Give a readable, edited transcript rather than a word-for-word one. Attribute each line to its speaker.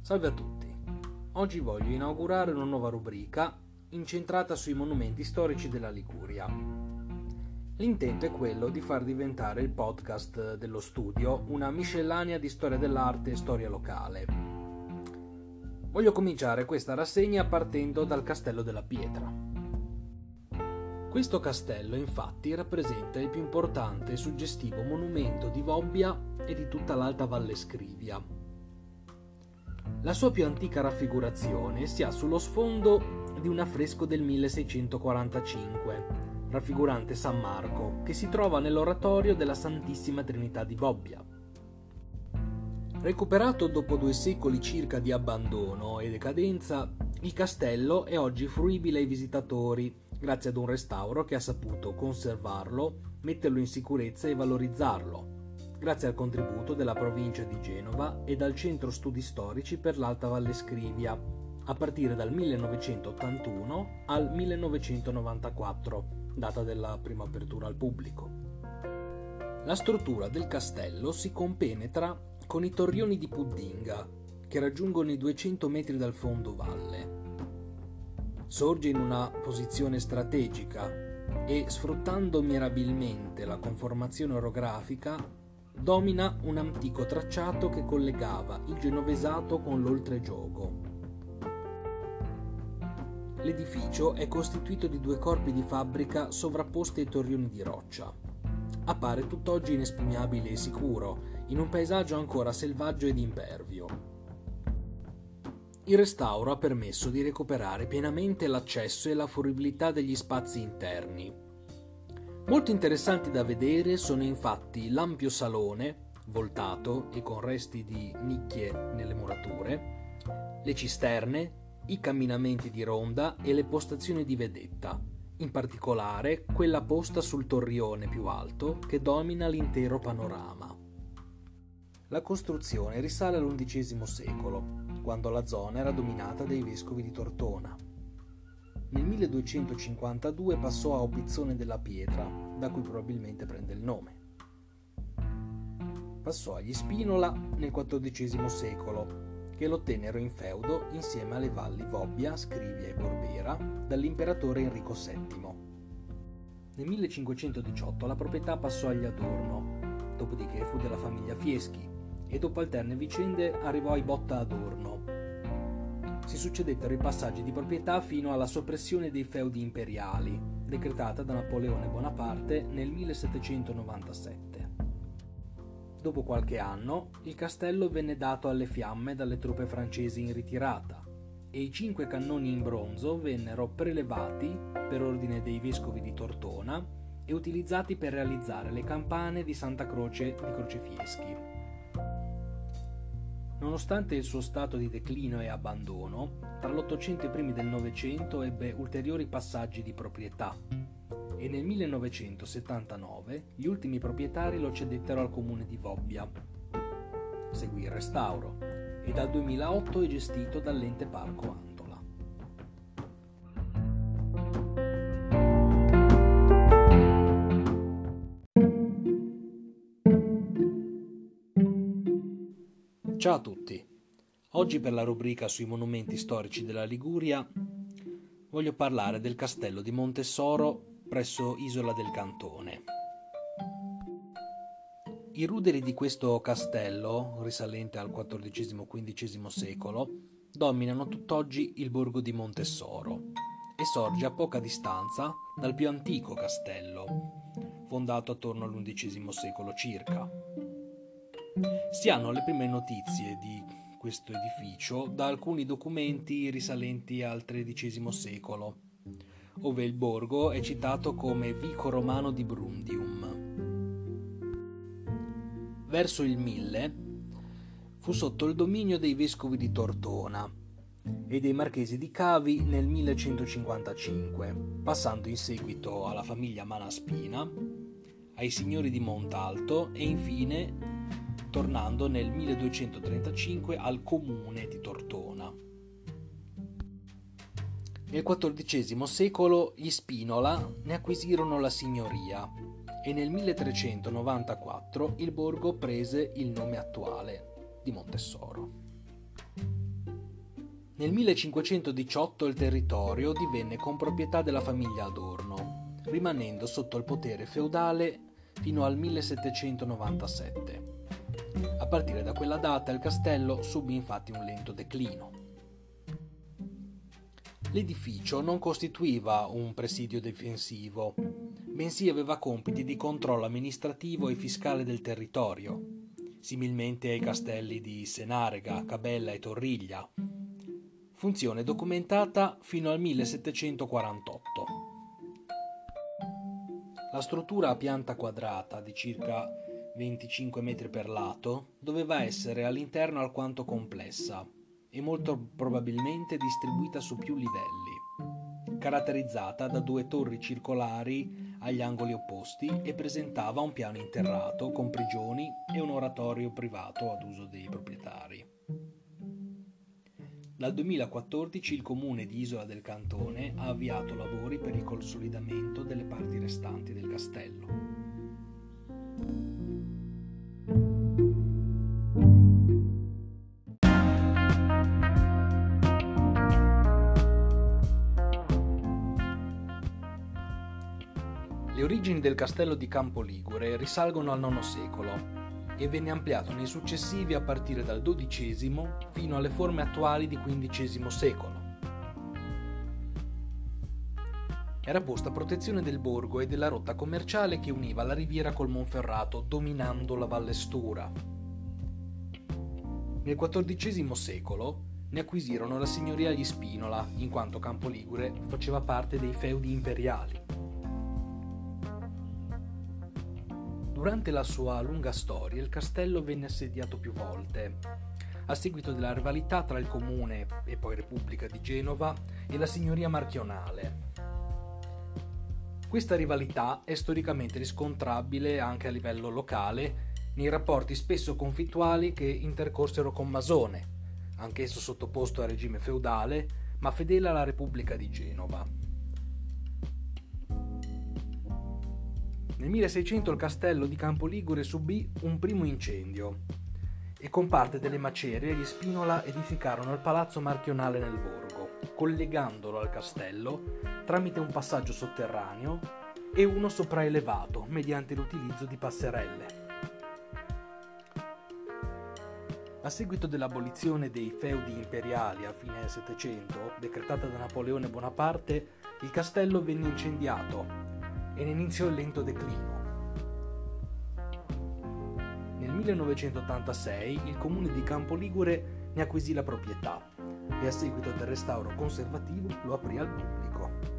Speaker 1: Salve a tutti, oggi voglio inaugurare una nuova rubrica incentrata sui monumenti storici della Liguria. L'intento è quello di far diventare il podcast dello studio una miscellanea di storia dell'arte e storia locale. Voglio cominciare questa rassegna partendo dal Castello della Pietra. Questo castello infatti rappresenta il più importante e suggestivo monumento di Vobbia e di tutta l'Alta Valle Scrivia. La sua più antica raffigurazione si ha sullo sfondo di un affresco del 1645, raffigurante San Marco, che si trova nell'oratorio della Santissima Trinità di Vobbia. Recuperato dopo 2 secoli circa di abbandono e decadenza, il castello è oggi fruibile ai visitatori grazie ad un restauro che ha saputo conservarlo, metterlo in sicurezza e valorizzarlo, grazie al contributo della provincia di Genova e dal Centro Studi Storici per l'Alta Valle Scrivia, a partire dal 1981 al 1994, data della prima apertura al pubblico. La struttura del castello si compenetra con i torrioni di Puddinga, che raggiungono i 200 metri dal fondovalle. Sorge in una posizione strategica e, sfruttando mirabilmente la conformazione orografica, domina un antico tracciato che collegava il Genovesato con l'Oltregiogo. L'edificio è costituito di 2 corpi di fabbrica sovrapposti ai torrioni di roccia. Appare tutt'oggi inespugnabile e sicuro, in un paesaggio ancora selvaggio ed impervio. Il restauro ha permesso di recuperare pienamente l'accesso e la fruibilità degli spazi interni. Molto interessanti da vedere sono infatti l'ampio salone, voltato e con resti di nicchie nelle murature, le cisterne, i camminamenti di ronda e le postazioni di vedetta, in particolare quella posta sul torrione più alto che domina l'intero panorama. La costruzione risale all'XI secolo, quando la zona era dominata dai vescovi di Tortona. Nel 1252 passò a Opizzone della Pietra, da cui probabilmente prende il nome. Passò agli Spinola nel XIV secolo, che lo tennero in feudo insieme alle valli Vobbia, Scrivia e Borbera dall'imperatore Enrico VII. Nel 1518 la proprietà passò agli Adorno, dopodiché fu della famiglia Fieschi e dopo alterne vicende arrivò ai Botta Adorno. Si succedettero i passaggi di proprietà fino alla soppressione dei feudi imperiali, decretata da Napoleone Bonaparte nel 1797. Dopo qualche anno, il castello venne dato alle fiamme dalle truppe francesi in ritirata e i 5 cannoni in bronzo vennero prelevati per ordine dei vescovi di Tortona e utilizzati per realizzare le campane di Santa Croce di Crocefieschi. Nonostante il suo stato di declino e abbandono, tra l'Ottocento e i primi del Novecento ebbe ulteriori passaggi di proprietà e nel 1979 gli ultimi proprietari lo cedettero al comune di Vobbia. Seguì il restauro e dal 2008 è gestito dall'ente Parco Antola. Ciao a tutti, oggi per la rubrica sui monumenti storici della Liguria voglio parlare del castello di Montessoro presso Isola del Cantone. I ruderi di questo castello, risalente al XIV-XV secolo, dominano tutt'oggi il borgo di Montessoro e sorge a poca distanza dal più antico castello, fondato attorno all'XI secolo circa. Si hanno le prime notizie di questo edificio da alcuni documenti risalenti al XIII secolo, ove il borgo è citato come Vico Romano di Brundium. Verso il 1000 fu sotto il dominio dei vescovi di Tortona e dei marchesi di Cavi nel 1155, passando in seguito alla famiglia Malaspina, ai signori di Montalto e infine tornando nel 1235 al comune di Tortona. Nel XIV secolo gli Spinola ne acquisirono la signoria e nel 1394 il borgo prese il nome attuale di Montessoro. Nel 1518 il territorio divenne comproprietà della famiglia Adorno, rimanendo sotto il potere feudale fino al 1797. A partire da quella data il castello subì infatti un lento declino. L'edificio non costituiva un presidio difensivo, bensì aveva compiti di controllo amministrativo e fiscale del territorio, similmente ai castelli di Senarega, Cabella e Torriglia, funzione documentata fino al 1748. La struttura a pianta quadrata di circa 25 metri per lato doveva essere all'interno alquanto complessa e molto probabilmente distribuita su più livelli, caratterizzata da 2 torri circolari agli angoli opposti e presentava un piano interrato con prigioni e un oratorio privato ad uso dei proprietari. Dal 2014 il comune di Isola del Cantone ha avviato lavori per il consolidamento delle parti restanti del castello. Le origini del castello di Campoligure risalgono al IX secolo e venne ampliato nei successivi a partire dal XII fino alle forme attuali di XV secolo. Era posta a protezione del borgo e della rotta commerciale che univa la riviera col Monferrato, dominando la Valle Stura. Nel XIV secolo ne acquisirono la signoria gli Spinola, in quanto Campoligure faceva parte dei feudi imperiali. Durante la sua lunga storia il castello venne assediato più volte, a seguito della rivalità tra il comune e poi Repubblica di Genova e la signoria marchionale. Questa rivalità è storicamente riscontrabile anche a livello locale nei rapporti spesso conflittuali che intercorsero con Masone, anch'esso sottoposto al regime feudale ma fedele alla Repubblica di Genova. Nel 1600 il castello di Campoligure subì un primo incendio e con parte delle macerie gli Spinola edificarono il palazzo marchionale nel borgo, collegandolo al castello tramite un passaggio sotterraneo e uno sopraelevato mediante l'utilizzo di passerelle. A seguito dell'abolizione dei feudi imperiali a fine Settecento, decretata da Napoleone Bonaparte, il castello venne incendiato e ne iniziò il lento declino. Nel 1986 il comune di Campoligure ne acquisì la proprietà e a seguito del restauro conservativo lo aprì al pubblico.